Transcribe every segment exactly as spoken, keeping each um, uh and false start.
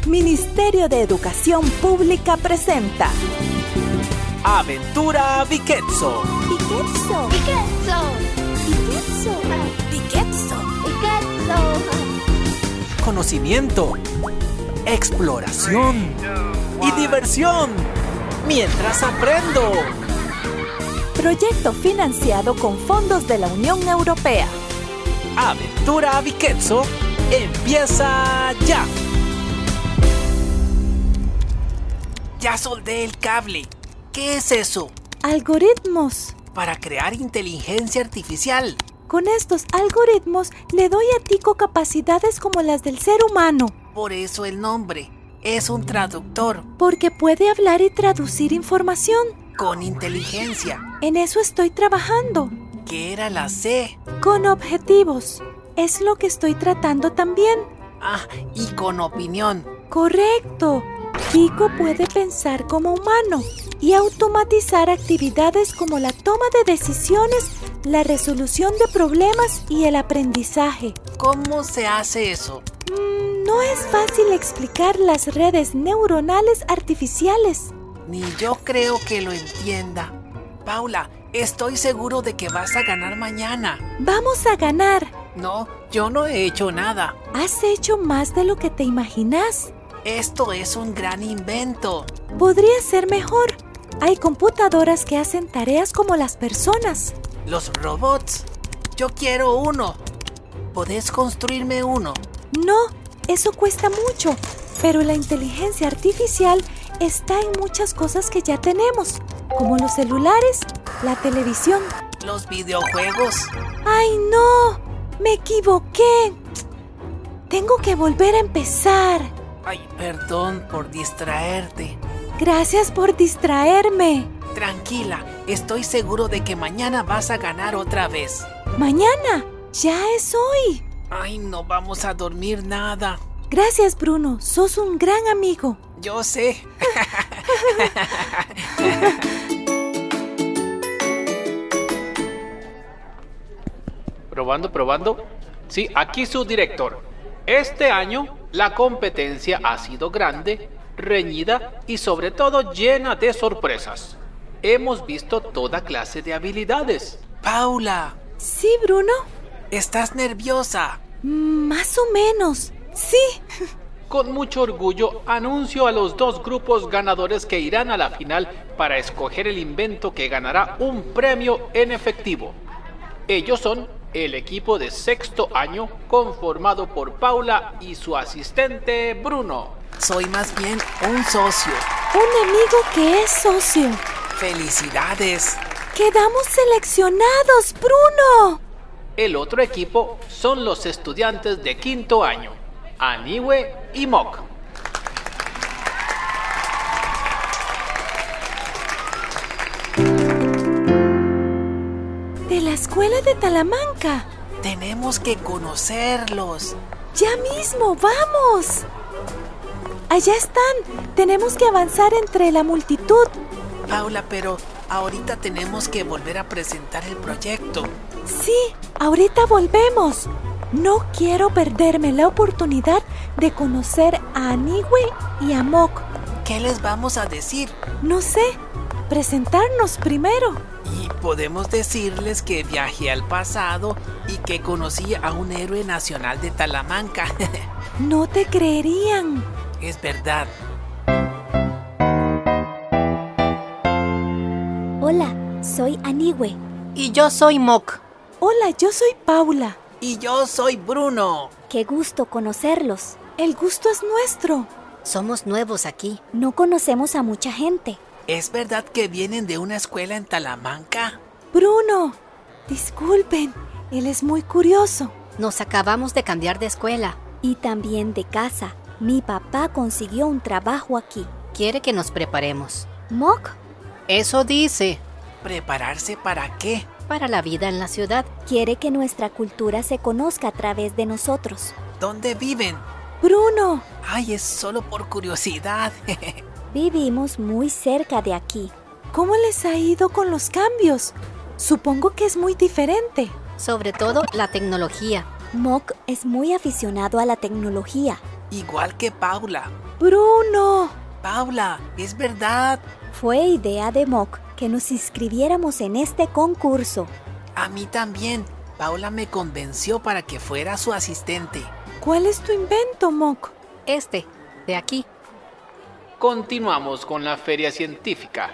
Ministerio de Educación Pública presenta Aventura Viquetso. Viquetso. Viquetso. Viquetso. Viquetso. Viquetso. Conocimiento, exploración y diversión mientras aprendo. Proyecto financiado con fondos de la Unión Europea. Aventura Viquetso empieza ya. Ya soldé el cable. ¿Qué es eso? Algoritmos. Para crear inteligencia artificial. Con estos algoritmos le doy a Tico capacidades como las del ser humano. Por eso el nombre. Es un traductor. Porque puede hablar y traducir información. Con inteligencia. En eso estoy trabajando. ¿Qué era la C? Con objetivos. Es lo que estoy tratando también. Ah, y con opinión. Correcto. Tico puede pensar como humano y automatizar actividades como la toma de decisiones, la resolución de problemas y el aprendizaje. ¿Cómo se hace eso? Mm, no es fácil explicar las redes neuronales artificiales. Ni yo creo que lo entienda. Paula, estoy seguro de que vas a ganar mañana. Vamos a ganar. No, yo no he hecho nada. Has hecho más de lo que te imaginas. Esto es un gran invento. Podría ser mejor. Hay computadoras que hacen tareas como las personas. Los robots. Yo quiero uno. ¿Podés construirme uno? No, eso cuesta mucho. Pero la inteligencia artificial está en muchas cosas que ya tenemos, como los celulares, la televisión. ¿Los videojuegos? ¡Ay, no! ¡Me equivoqué! Tengo que volver a empezar. Ay, perdón por distraerte. Gracias por distraerme. Tranquila, estoy seguro de que mañana vas a ganar otra vez. ¿Mañana? Ya es hoy. Ay, no vamos a dormir nada. Gracias, Bruno. Sos un gran amigo. Yo sé. Probando, probando. Sí, aquí su director. Este año la competencia ha sido grande, reñida y sobre todo llena de sorpresas. Hemos visto toda clase de habilidades. Paula. ¿Sí, Bruno? ¿Estás nerviosa? Mm, más o menos. Sí. Con mucho orgullo anuncio a los dos grupos ganadores que irán a la final para escoger el invento que ganará un premio en efectivo. Ellos son el equipo de sexto año conformado por Paula y su asistente Bruno. Soy más bien un socio. Un amigo que es socio. ¡Felicidades! ¡Quedamos seleccionados, Bruno! El otro equipo son los estudiantes de quinto año, Aniwe y Mok. De la escuela de Talamanca. Tenemos que conocerlos. ¡Ya mismo! ¡Vamos! Allá están. Tenemos que avanzar entre la multitud. Paula, pero ahorita tenemos que volver a presentar el proyecto. Sí, ahorita volvemos. No quiero perderme la oportunidad de conocer a Aniwe y a Mok. ¿Qué les vamos a decir? No sé. Presentarnos primero. Y podemos decirles que viajé al pasado y que conocí a un héroe nacional de Talamanca. No te creerían. Es verdad. Hola, soy Aniwe. Y yo soy Mok. Hola, yo soy Paula. Y yo soy Bruno. Qué gusto conocerlos. El gusto es nuestro. Somos nuevos aquí. No conocemos a mucha gente. ¿Es verdad que vienen de una escuela en Talamanca? Bruno, disculpen, él es muy curioso. Nos acabamos de cambiar de escuela. Y también de casa. Mi papá consiguió un trabajo aquí. Quiere que nos preparemos. ¿Mok? Eso dice. ¿Prepararse para qué? Para la vida en la ciudad. Quiere que nuestra cultura se conozca a través de nosotros. ¿Dónde viven? Bruno. Ay, es solo por curiosidad. Vivimos muy cerca de aquí. ¿Cómo les ha ido con los cambios? Supongo que es muy diferente. Sobre todo la tecnología. Mok es muy aficionado a la tecnología. igual que Paula. ¡Bruno! Paula, es verdad. Fue idea de Mock que nos inscribiéramos en este concurso. A mí también. Paula me convenció para que fuera su asistente. ¿Cuál es tu invento, Mock? Este, de aquí. Continuamos con la feria científica.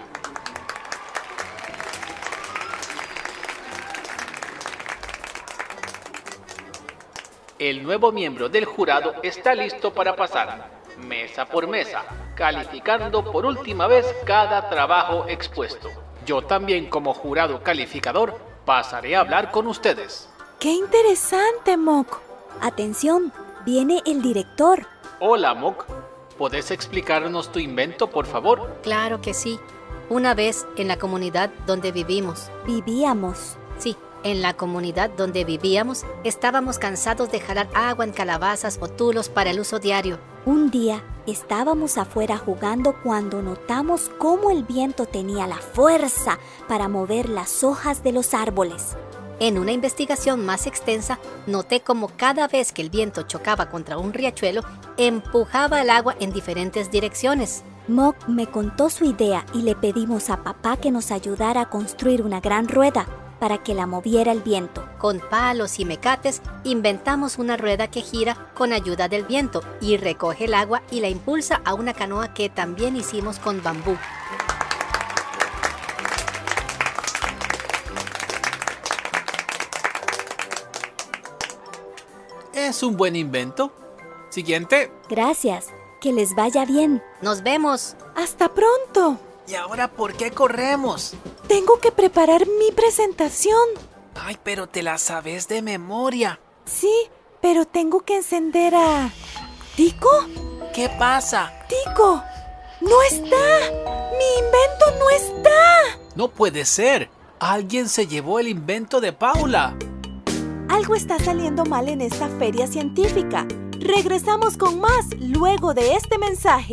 El nuevo miembro del jurado está listo para pasar, mesa por mesa, calificando por última vez cada trabajo expuesto. Yo también, como jurado calificador, pasaré a hablar con ustedes. ¡Qué interesante, Mock! Atención, viene el director. Hola, Mock. ¿Podés explicarnos tu invento, por favor? Claro que sí. Una vez en la comunidad donde vivimos. Vivíamos. Sí, en la comunidad donde vivíamos, estábamos cansados de jalar agua en calabazas o tulos para el uso diario. Un día estábamos afuera jugando cuando notamos cómo el viento tenía la fuerza para mover las hojas de los árboles. En una investigación más extensa, noté cómo cada vez que el viento chocaba contra un riachuelo, empujaba el agua en diferentes direcciones. Mock me contó su idea y le pedimos a papá que nos ayudara a construir una gran rueda para que la moviera el viento. Con palos y mecates, inventamos una rueda que gira con ayuda del viento y recoge el agua y la impulsa a una canoa que también hicimos con bambú. Es un buen invento. Siguiente. Gracias. Que les vaya bien. ¡Nos vemos! ¡Hasta pronto! ¿Y ahora por qué corremos? Tengo que preparar mi presentación. Ay, pero te la sabes de memoria. Sí, pero tengo que encender a... ¿Tico? ¿Qué pasa? ¡Tico! ¡No está! ¡Mi invento no está! No puede ser. Alguien se llevó el invento de Paula. Algo está saliendo mal en esta feria científica. Regresamos con más luego de este mensaje.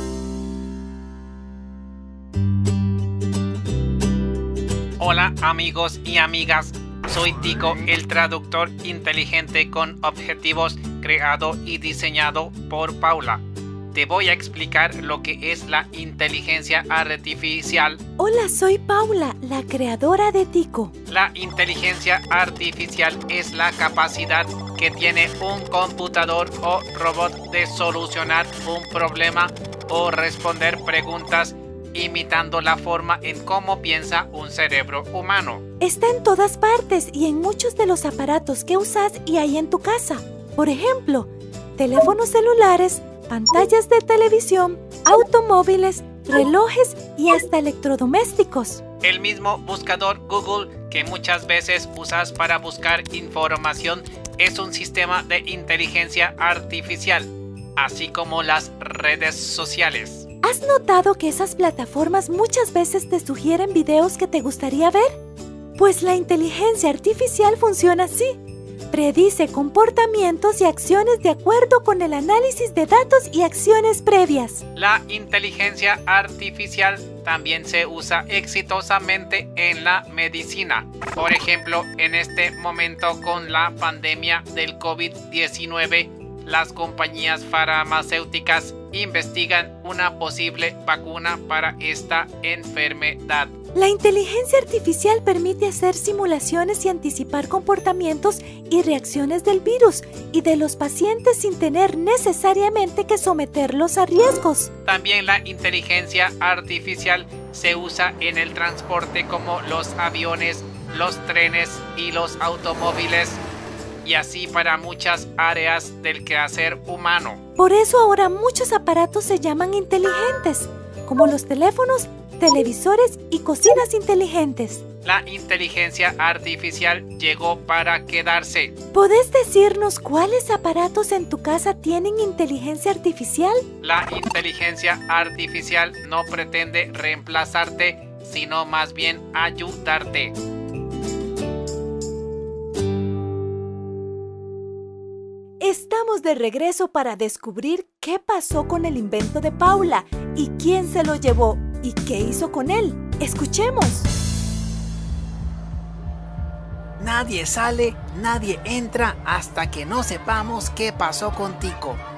Hola amigos y amigas, soy Tico, el traductor inteligente con objetivos creado y diseñado por Paula. Te voy a explicar lo que es la inteligencia artificial. Hola, soy Paula, la creadora de Tico. La inteligencia artificial es la capacidad que tiene un computador o robot de solucionar un problema o responder preguntas imitando la forma en cómo piensa un cerebro humano. Está en todas partes y en muchos de los aparatos que usas y hay en tu casa. Por ejemplo, teléfonos celulares, pantallas de televisión, automóviles, relojes y hasta electrodomésticos. El mismo buscador Google que muchas veces usas para buscar información es un sistema de inteligencia artificial, así como las redes sociales. ¿Has notado que esas plataformas muchas veces te sugieren videos que te gustaría ver? Pues la inteligencia artificial funciona así. Predice comportamientos y acciones de acuerdo con el análisis de datos y acciones previas. La inteligencia artificial también se usa exitosamente en la medicina. Por ejemplo, en este momento con la pandemia del COVID diecinueve, las compañías farmacéuticas investigan una posible vacuna para esta enfermedad. La inteligencia artificial permite hacer simulaciones y anticipar comportamientos y reacciones del virus y de los pacientes sin tener necesariamente que someterlos a riesgos. También la inteligencia artificial se usa en el transporte como los aviones, los trenes y los automóviles, y así para muchas áreas del quehacer humano. Por eso ahora muchos aparatos se llaman inteligentes, como los teléfonos, televisores y cocinas inteligentes. La inteligencia artificial llegó para quedarse. ¿Podés decirnos cuáles aparatos en tu casa tienen inteligencia artificial? La inteligencia artificial no pretende reemplazarte, sino más bien ayudarte. Estamos de regreso para descubrir qué pasó con el invento de Paula y quién se lo llevó y qué hizo con él. Escuchemos. Nadie sale, nadie entra hasta que no sepamos qué pasó con Tico.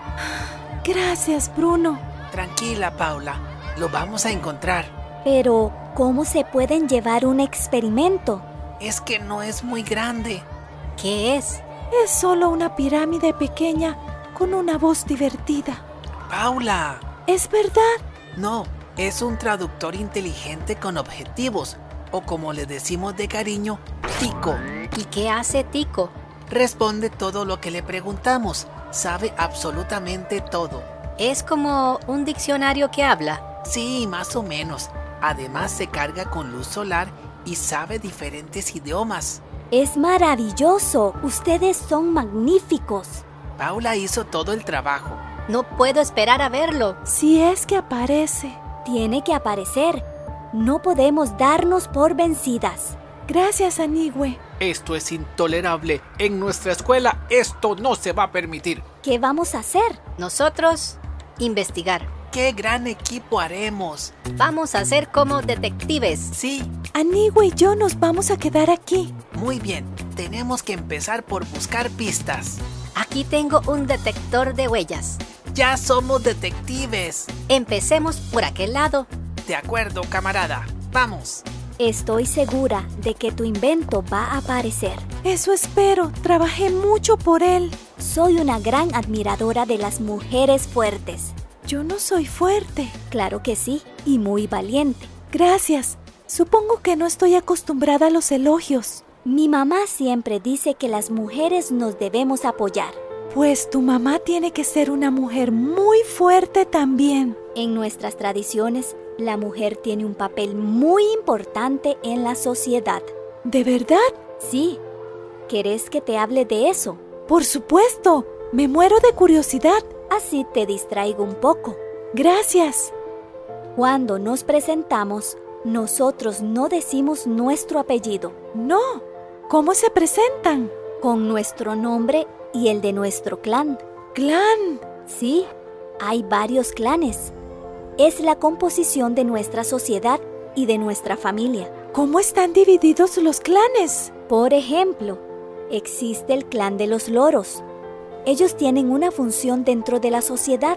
Gracias, Bruno. Tranquila, Paula. Lo vamos a encontrar. Pero, ¿cómo se pueden llevar un experimento? Es que no es muy grande. ¿Qué es? Es solo una pirámide pequeña con una voz divertida. Paula. ¿Es verdad? No, es un traductor inteligente con objetivos, o como le decimos de cariño, Tico. ¿Y qué hace Tico? Responde todo lo que le preguntamos. Sabe absolutamente todo. ¿Es como un diccionario que habla? Sí, más o menos. Además se carga con luz solar y sabe diferentes idiomas. Es maravilloso. Ustedes son magníficos. Paula hizo todo el trabajo. No puedo esperar a verlo. Si es que aparece. Tiene que aparecer. No podemos darnos por vencidas. Gracias, Anigüe. Esto es intolerable. En nuestra escuela esto no se va a permitir. ¿Qué vamos a hacer? Nosotros, investigar. ¡Qué gran equipo haremos! Vamos a ser como detectives. Sí. Anigüe y yo nos vamos a quedar aquí. Muy bien. Tenemos que empezar por buscar pistas. Aquí tengo un detector de huellas. ¡Ya somos detectives! Empecemos por aquel lado. De acuerdo, camarada. ¡Vamos! Estoy segura de que tu invento va a aparecer. Eso espero. Trabajé mucho por él. Soy una gran admiradora de las mujeres fuertes. Yo no soy fuerte. Claro que sí, y muy valiente. Gracias. Supongo que no estoy acostumbrada a los elogios. Mi mamá siempre dice que las mujeres nos debemos apoyar. Pues tu mamá tiene que ser una mujer muy fuerte también. En nuestras tradiciones, la mujer tiene un papel muy importante en la sociedad. ¿De verdad? Sí. ¿Querés que te hable de eso? Por supuesto. Me muero de curiosidad. Así te distraigo un poco. Gracias. Cuando nos presentamos, nosotros no decimos nuestro apellido. No. ¿Cómo se presentan? Con nuestro nombre y el de nuestro clan. ¿Clan? Sí, hay varios clanes. Es la composición de nuestra sociedad y de nuestra familia. ¿Cómo están divididos los clanes? Por ejemplo, existe el clan de los loros. Ellos tienen una función dentro de la sociedad.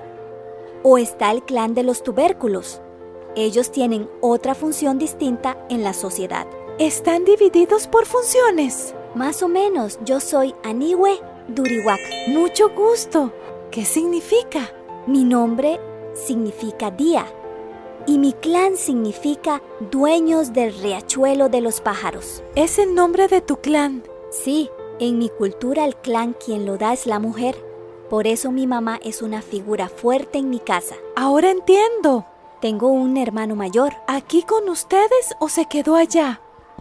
O está el clan de los tubérculos. Ellos tienen otra función distinta en la sociedad. ¿Están divididos por funciones? Más o menos. Yo soy Anigüe Duriwak. Mucho gusto. ¿Qué significa? Mi nombre significa día y mi clan significa dueños del riachuelo de los pájaros. ¿Es el nombre de tu clan? Sí, en mi cultura el clan quien lo da es la mujer. Por eso mi mamá es una figura fuerte en mi casa. Ahora entiendo. Tengo un hermano mayor. ¿Aquí con ustedes o se quedó allá?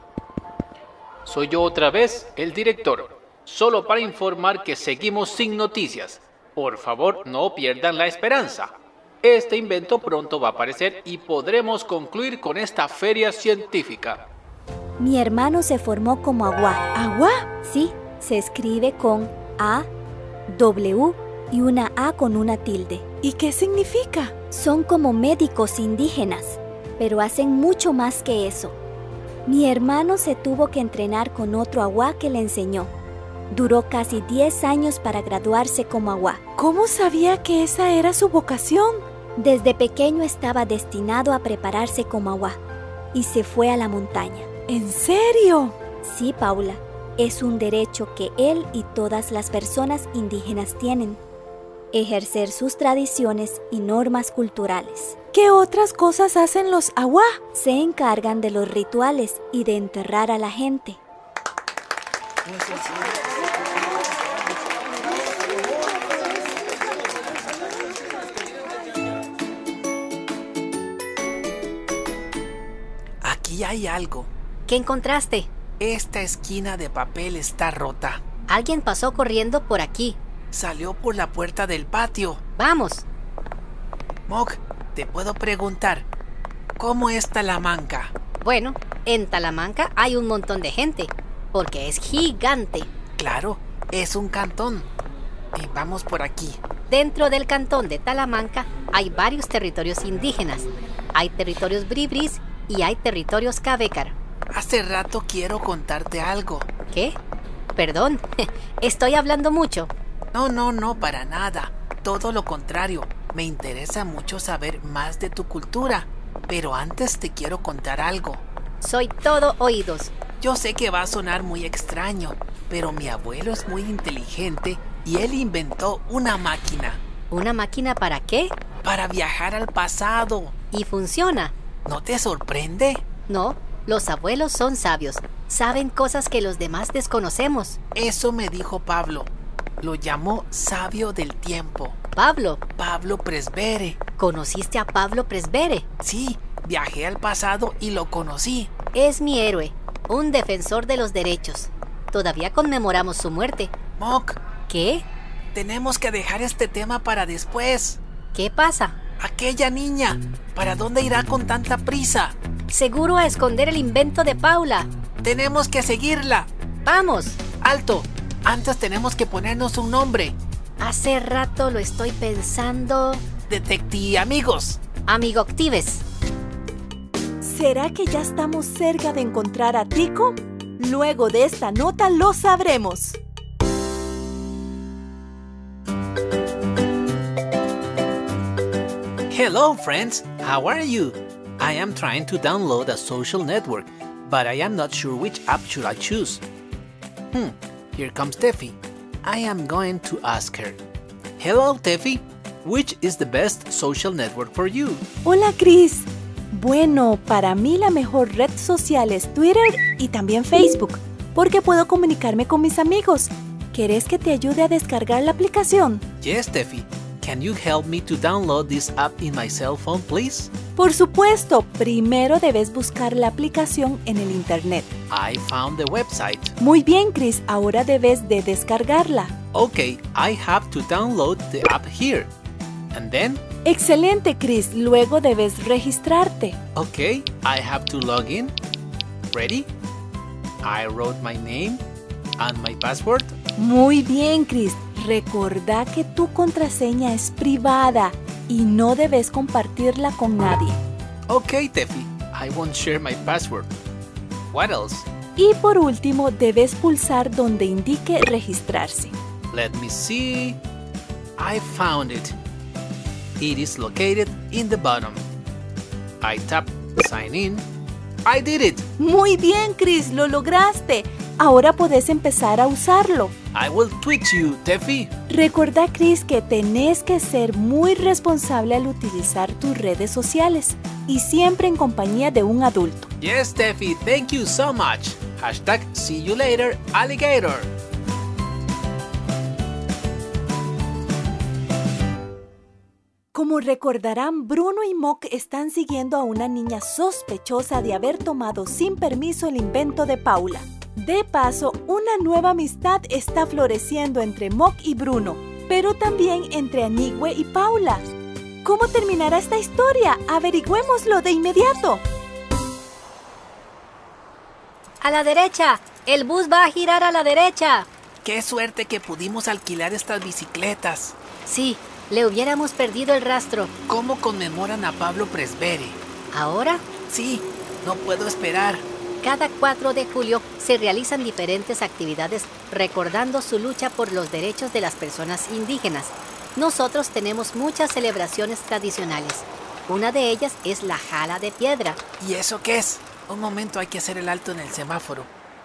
Soy yo otra vez, el director. Solo para informar que seguimos sin noticias. Por favor, no pierdan la esperanza. Este invento pronto va a aparecer y podremos concluir con esta feria científica. Mi hermano se formó como Agua. ¿Agua? Sí, se escribe con A, W y una A con una tilde. ¿Y qué significa? Son como médicos indígenas, pero hacen mucho más que eso. Mi hermano se tuvo que entrenar con otro Agua que le enseñó. Duró casi diez años para graduarse como Agua. ¿Cómo sabía que esa era su vocación? Desde pequeño estaba destinado a prepararse como Agua y se fue a la montaña. ¿En serio? Sí, Paula. Es un derecho que él y todas las personas indígenas tienen. Ejercer sus tradiciones y normas culturales. ¿Qué otras cosas hacen los Agua? Se encargan de los rituales y de enterrar a la gente. Aquí hay algo. ¿Qué encontraste? Esta esquina de papel está rota. Alguien pasó corriendo por aquí. Salió por la puerta del patio. ¡Vamos! Mog, te puedo preguntar, ¿cómo es Talamanca? Bueno, en Talamanca hay un montón de gente, porque es gigante. Claro, es un cantón. Y vamos por aquí. Dentro del cantón de Talamanca hay varios territorios indígenas. Hay territorios bribris y hay territorios cabécar. Hace rato quiero contarte algo. ¿Qué? Perdón, estoy hablando mucho. No, no, no, para nada. Todo lo contrario, me interesa mucho saber más de tu cultura. Pero antes te quiero contar algo. Soy todo oídos. Yo sé que va a sonar muy extraño, pero mi abuelo es muy inteligente y él inventó una máquina. ¿Una máquina para qué? Para viajar al pasado. ¿Y funciona? ¿No te sorprende? No, los abuelos son sabios. Saben cosas que los demás desconocemos. Eso me dijo Pablo. Lo llamó sabio del tiempo. Pablo. Pablo Presbere. ¿Conociste a Pablo Presbere? Sí, viajé al pasado y lo conocí. Es mi héroe, un defensor de los derechos. Todavía conmemoramos su muerte. Mock. ¿Qué? Tenemos que dejar este tema para después. ¿Qué pasa? Aquella niña, ¿para dónde irá con tanta prisa? Seguro a esconder el invento de Paula. Tenemos que seguirla. ¡Vamos! ¡Alto! Antes tenemos que ponernos un nombre. Hace rato lo estoy pensando. Detective amigos. Amigoctives. ¿Será que ya estamos cerca de encontrar a Tico? Luego de esta nota lo sabremos. Hello friends, how are you? I am trying to download a social network, but I am not sure which app should I choose. Hmm, here comes Teffy. I am going to ask her. Hello Teffy, which is the best social network for you? Hola Chris. Bueno, para mí la mejor red social es Twitter y también Facebook, porque puedo comunicarme con mis amigos. ¿Quieres que te ayude a descargar la aplicación? Yes Teffy. Can you help me to download this app in my cell phone, please? Por supuesto, primero debes buscar la aplicación en el internet. I found the website. Muy bien, Chris, ahora debes de descargarla. Okay, I have to download the app here. And then? Excelente, Chris, luego debes registrarte. Okay, I have to log in. Ready? I wrote my name and my password. Muy bien, Chris. Recordá que tu contraseña es privada y no debes compartirla con nadie. Okay, Teffy, I won't share my password. What else? Y por último, debes pulsar donde indique registrarse. Let me see. I found it. It is located in the bottom. I tap sign in. I did it. Muy bien, Chris, lo lograste. Ahora puedes empezar a usarlo. I will tweet you, Teffy. Recuerda, Chris, que tenés que ser muy responsable al utilizar tus redes sociales y siempre en compañía de un adulto. Yes, Teffy, thank you so much. Hashtag see you later, alligator. Como recordarán, Bruno y Mock están siguiendo a una niña sospechosa de haber tomado sin permiso el invento de Paula. De paso, una nueva amistad está floreciendo entre Mock y Bruno, pero también entre Anigüe y Paula. ¿Cómo terminará esta historia? Averigüémoslo de inmediato. ¡A la derecha! ¡El bus va a girar a la derecha! ¡Qué suerte que pudimos alquilar estas bicicletas! Sí, le hubiéramos perdido el rastro. ¿Cómo conmemoran a Pablo Presbere? ¿Ahora? Sí, no puedo esperar. Cada cuatro de julio se realizan diferentes actividades recordando su lucha por los derechos de las personas indígenas. Nosotros tenemos muchas celebraciones tradicionales. Una de ellas es la Jala de Piedra. ¿Y eso qué es? Un momento, hay que hacer el alto en el semáforo.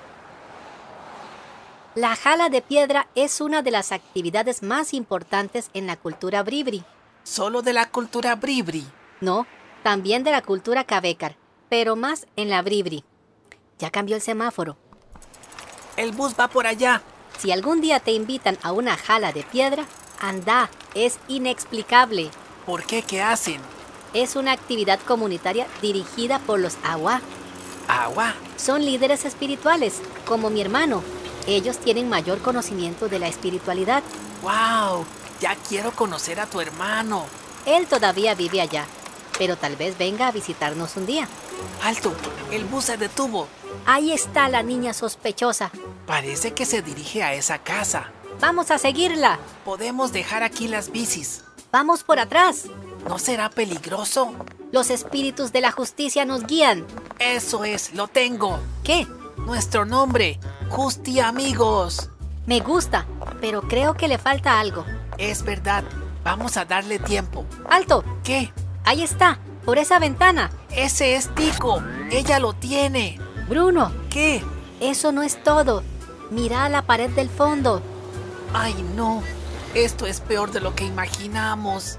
La Jala de Piedra es una de las actividades más importantes en la cultura bribri. ¿Solo de la cultura bribri? No, también de la cultura cavécar, pero más en la bribri. Ya cambió el semáforo. El bus va por allá. Si algún día te invitan a una jala de piedra, anda, es inexplicable. ¿Por qué? ¿Qué hacen? Es una actividad comunitaria dirigida por los Awa. ¿Awa? Son líderes espirituales, como mi hermano. Ellos tienen mayor conocimiento de la espiritualidad. ¡Wow! Ya quiero conocer a tu hermano. Él todavía vive allá, pero tal vez venga a visitarnos un día. ¡Alto! El bus se detuvo. Ahí está la niña sospechosa. Parece que se dirige a esa casa. Vamos a seguirla. Podemos dejar aquí las bicis. Vamos por atrás. ¿No será peligroso? Los espíritus de la justicia nos guían. Eso es, lo tengo. ¿Qué? Nuestro nombre, Justi Amigos. Me gusta, pero creo que le falta algo. Es verdad, Vamos a darle tiempo. ¡Alto! ¿Qué? Ahí está, por esa ventana. Ese es Tico. Ella lo tiene. Bruno, ¿Qué? eso no es todo. Mira a la pared del fondo. Ay, no. Esto es peor de lo que imaginamos.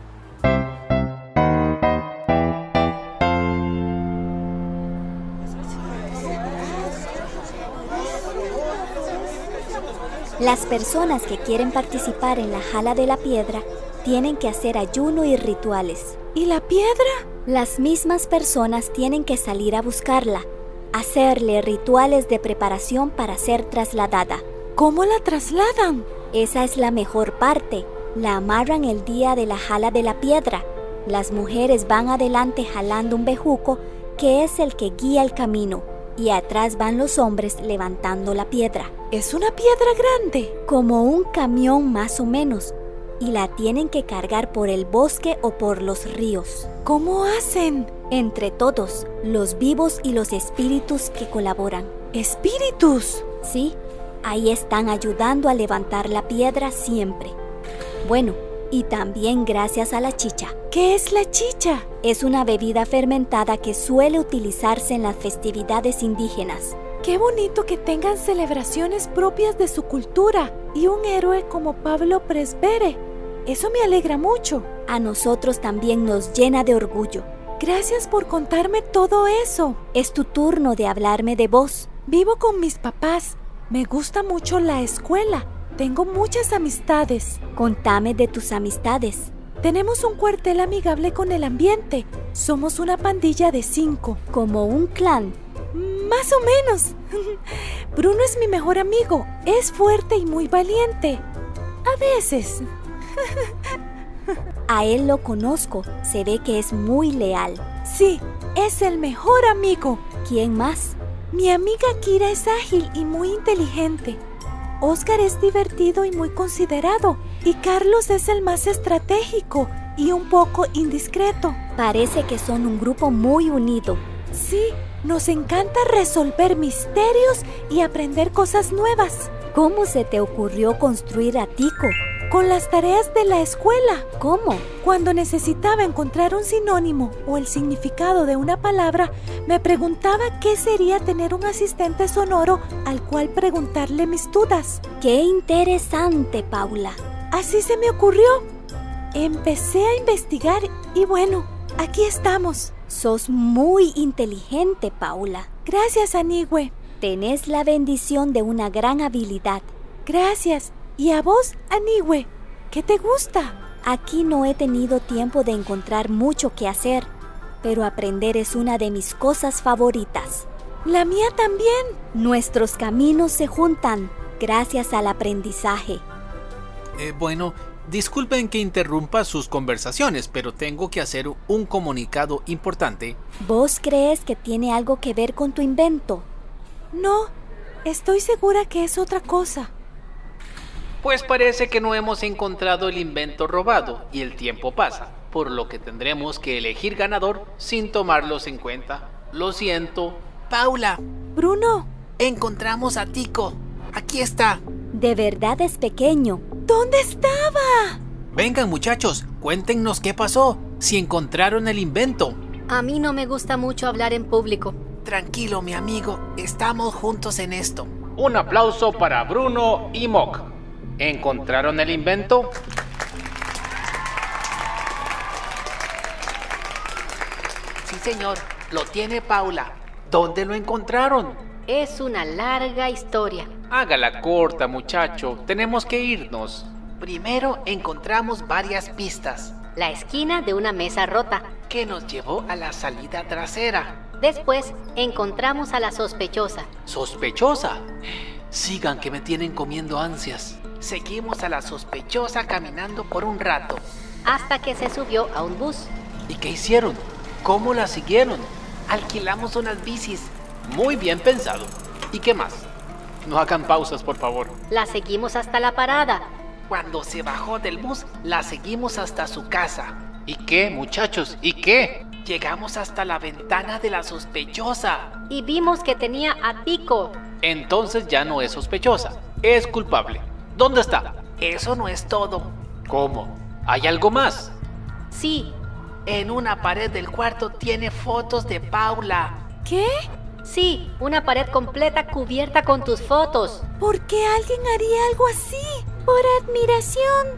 Las personas que quieren participar en la jala de la piedra tienen que hacer ayuno y rituales. ¿Y la piedra? Las mismas personas tienen que salir a buscarla, hacerle rituales de preparación para ser trasladada. ¿Cómo la trasladan? Esa es la mejor parte. La amarran el día de la jala de la piedra. Las mujeres van adelante jalando un bejuco que es el que guía el camino, y atrás van los hombres levantando la piedra. ¿Es una piedra grande? Como un camión más o menos, y la tienen que cargar por el bosque o por los ríos. ¿Cómo hacen? Entre todos, los vivos y los espíritus que colaboran. ¿Espíritus? Sí, ahí están ayudando a levantar la piedra siempre. Bueno, y también gracias a la chicha. ¿Qué es la chicha? Es una bebida fermentada que suele utilizarse en las festividades indígenas. Qué bonito que tengan celebraciones propias de su cultura y un héroe como Pablo Presbere. Eso me alegra mucho. A nosotros también nos llena de orgullo. Gracias por contarme todo eso. Es tu turno de hablarme de vos. Vivo con mis papás. Me gusta mucho la escuela. Tengo muchas amistades. Contame de tus amistades. Tenemos un cuartel amigable con el ambiente. Somos una pandilla de cinco. Como un clan. Más o menos. Bruno es mi mejor amigo. Es fuerte y muy valiente. A veces. A él lo conozco. Se ve que es muy leal. Sí, es el mejor amigo. ¿Quién más? Mi amiga Kira es ágil y muy inteligente. Oscar es divertido y muy considerado. Y Carlos es el más estratégico y un poco indiscreto. Parece que son un grupo muy unido. Sí, nos encanta resolver misterios y aprender cosas nuevas. ¿Cómo se te ocurrió construir a Tico? Con las tareas de la escuela. ¿Cómo? Cuando necesitaba encontrar un sinónimo o el significado de una palabra, me preguntaba qué sería tener un asistente sonoro al cual preguntarle mis dudas. ¡Qué interesante, Paula! Así se me ocurrió. Empecé a investigar y bueno, aquí estamos. Sos muy inteligente, Paula. Gracias, Anigüe. Tenés la bendición de una gran habilidad. Gracias. ¿Y a vos, Anigüe? ¿Qué te gusta? Aquí no he tenido tiempo de encontrar mucho que hacer, pero aprender es una de mis cosas favoritas. La mía también. Nuestros caminos se juntan gracias al aprendizaje. Eh, bueno, disculpen que interrumpa sus conversaciones, pero tengo que hacer un comunicado importante. ¿Vos crees que tiene algo que ver con tu invento? No, estoy segura que es otra cosa. Pues parece que no hemos encontrado el invento robado y el tiempo pasa, por lo que tendremos que elegir ganador sin tomarlos en cuenta. Lo siento. Paula, Bruno, encontramos a Tico. Aquí está. De verdad es pequeño. ¿dónde estaba? Vengan, muchachos, cuéntenos qué pasó, si encontraron el invento. A mí no me gusta mucho hablar en público. Tranquilo, mi amigo. Estamos juntos en esto. Un aplauso para Bruno y Mock. ¿Encontraron el invento? Sí, señor. Lo tiene Paula. ¿Dónde lo encontraron? Es una larga historia. Hágala corta, muchacho. Tenemos que irnos. Primero encontramos varias pistas La esquina de una mesa rota. que nos llevó a la salida trasera. Después encontramos a la sospechosa. ¿Sospechosa? Sigan que me tienen comiendo ansias. Seguimos a la sospechosa caminando por un rato. Hasta que se subió a un bus. ¿Y qué hicieron? ¿Cómo la siguieron? Alquilamos unas bicis. Muy bien pensado. ¿Y qué más? No hagan pausas, por favor. La seguimos hasta la parada. Cuando se bajó del bus, la seguimos hasta su casa. ¿Y qué, muchachos? ¿Y qué? Llegamos hasta la ventana de la sospechosa. Y vimos que tenía a Tico. Entonces ya no es sospechosa. Es culpable. ¿Dónde está? Eso no es todo. ¿Cómo? ¿Hay algo más? Sí. En una pared del cuarto tiene fotos de Paula. ¿Qué? Sí, una pared completa cubierta con tus fotos. ¿Por qué alguien haría algo así? Por admiración.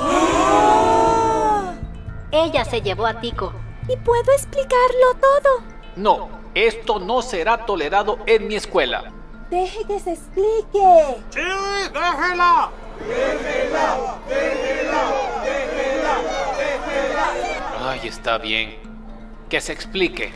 Ella se llevó a Tico. ¿Y puedo explicarlo todo? No, esto no será tolerado en mi escuela. Deje que se explique. ¡Sí, déjela! ¡Déjela! ¡Déjela! ¡Déjela! ¡Déjela! Ay, está bien. Que se explique.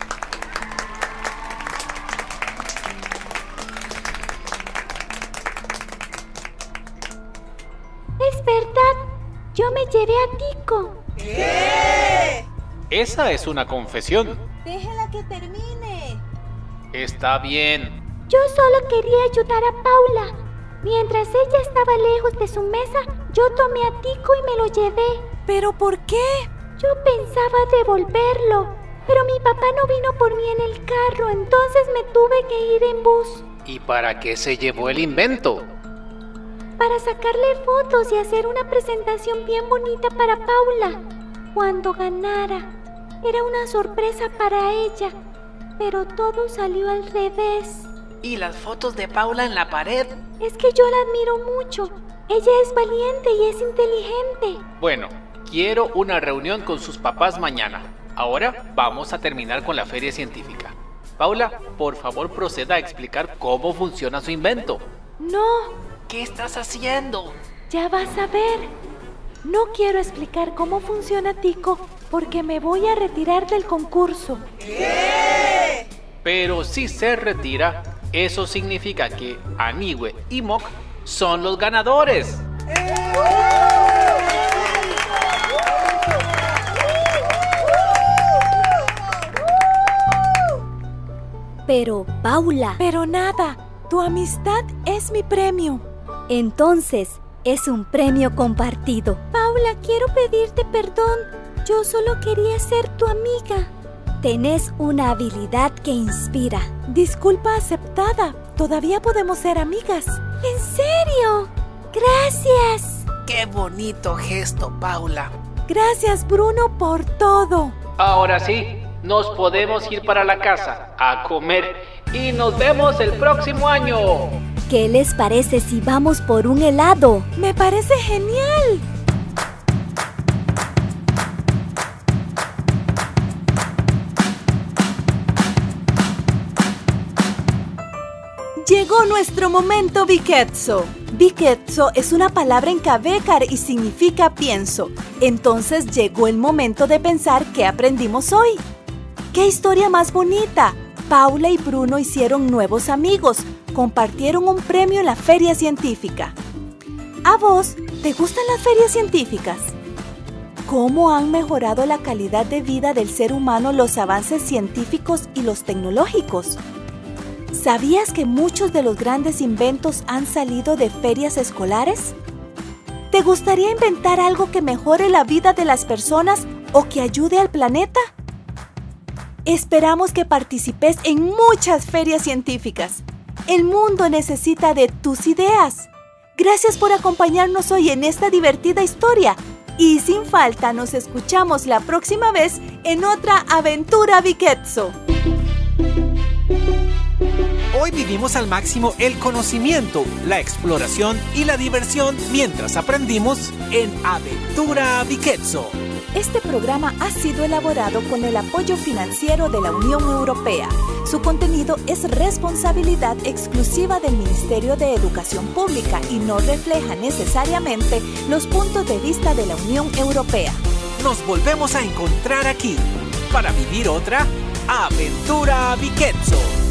Es verdad, yo me llevé a Tico. ¿Qué? Esa es una confesión. Déjela que termine. Está bien. Yo solo quería ayudar a Paula. Mientras ella estaba lejos de su mesa, yo tomé a Tico y me lo llevé. ¿Pero por qué? Yo pensaba devolverlo, pero mi papá no vino por mí en el carro, entonces me tuve que ir en bus. ¿Y para qué se llevó el invento? Para sacarle fotos y hacer una presentación bien bonita para Paula. Cuando ganara, era una sorpresa para ella, pero todo salió al revés. ¿Y las fotos de Paula en la pared? Es que yo la admiro mucho. Ella es valiente y es inteligente. Bueno, quiero una reunión con sus papás mañana. Ahora vamos a terminar con la feria científica. Paula, por favor proceda a explicar cómo funciona su invento. No, ¿Qué estás haciendo? ya vas a ver. No quiero explicar cómo funciona Tico porque me voy a retirar del concurso. ¿Qué? Pero si se retira, eso significa que Anihue y Mok son los ganadores. Pero, Paula, Pero nada, tu amistad es mi premio. entonces es un premio compartido. Paula, quiero pedirte perdón. Yo solo quería ser tu amiga. Tenés una habilidad que inspira. Disculpa aceptada. Todavía podemos ser amigas. ¿En serio? Gracias. ¡Qué bonito gesto, Paula! Gracias, Bruno, por todo. Ahora sí, nos podemos ir para la casa a comer y nos vemos el próximo año. ¿Qué les parece si vamos por un helado? Me parece genial. Llegó nuestro momento Biketso. Biketso es una palabra en Kabekar y significa pienso. Entonces llegó el momento de pensar qué aprendimos hoy. ¡Qué historia más bonita! Paula y Bruno hicieron nuevos amigos, compartieron un premio en la feria científica. ¿A vos te gustan las ferias científicas? ¿Cómo han mejorado la calidad de vida del ser humano los avances científicos y los tecnológicos? ¿Sabías que muchos de los grandes inventos han salido de ferias escolares? ¿Te gustaría inventar algo que mejore la vida de las personas o que ayude al planeta? Esperamos que participes en muchas ferias científicas. El mundo necesita de tus ideas. Gracias por acompañarnos hoy en esta divertida historia. Y sin falta nos escuchamos la próxima vez en otra aventura Biketso. Hoy vivimos al máximo el conocimiento, la exploración y la diversión mientras aprendimos en Aventura Biketso. Este programa ha sido elaborado con el apoyo financiero de la Unión Europea. Su contenido es responsabilidad exclusiva del Ministerio de Educación Pública y no refleja necesariamente los puntos de vista de la Unión Europea. Nos volvemos a encontrar aquí para vivir otra Aventura Biketso.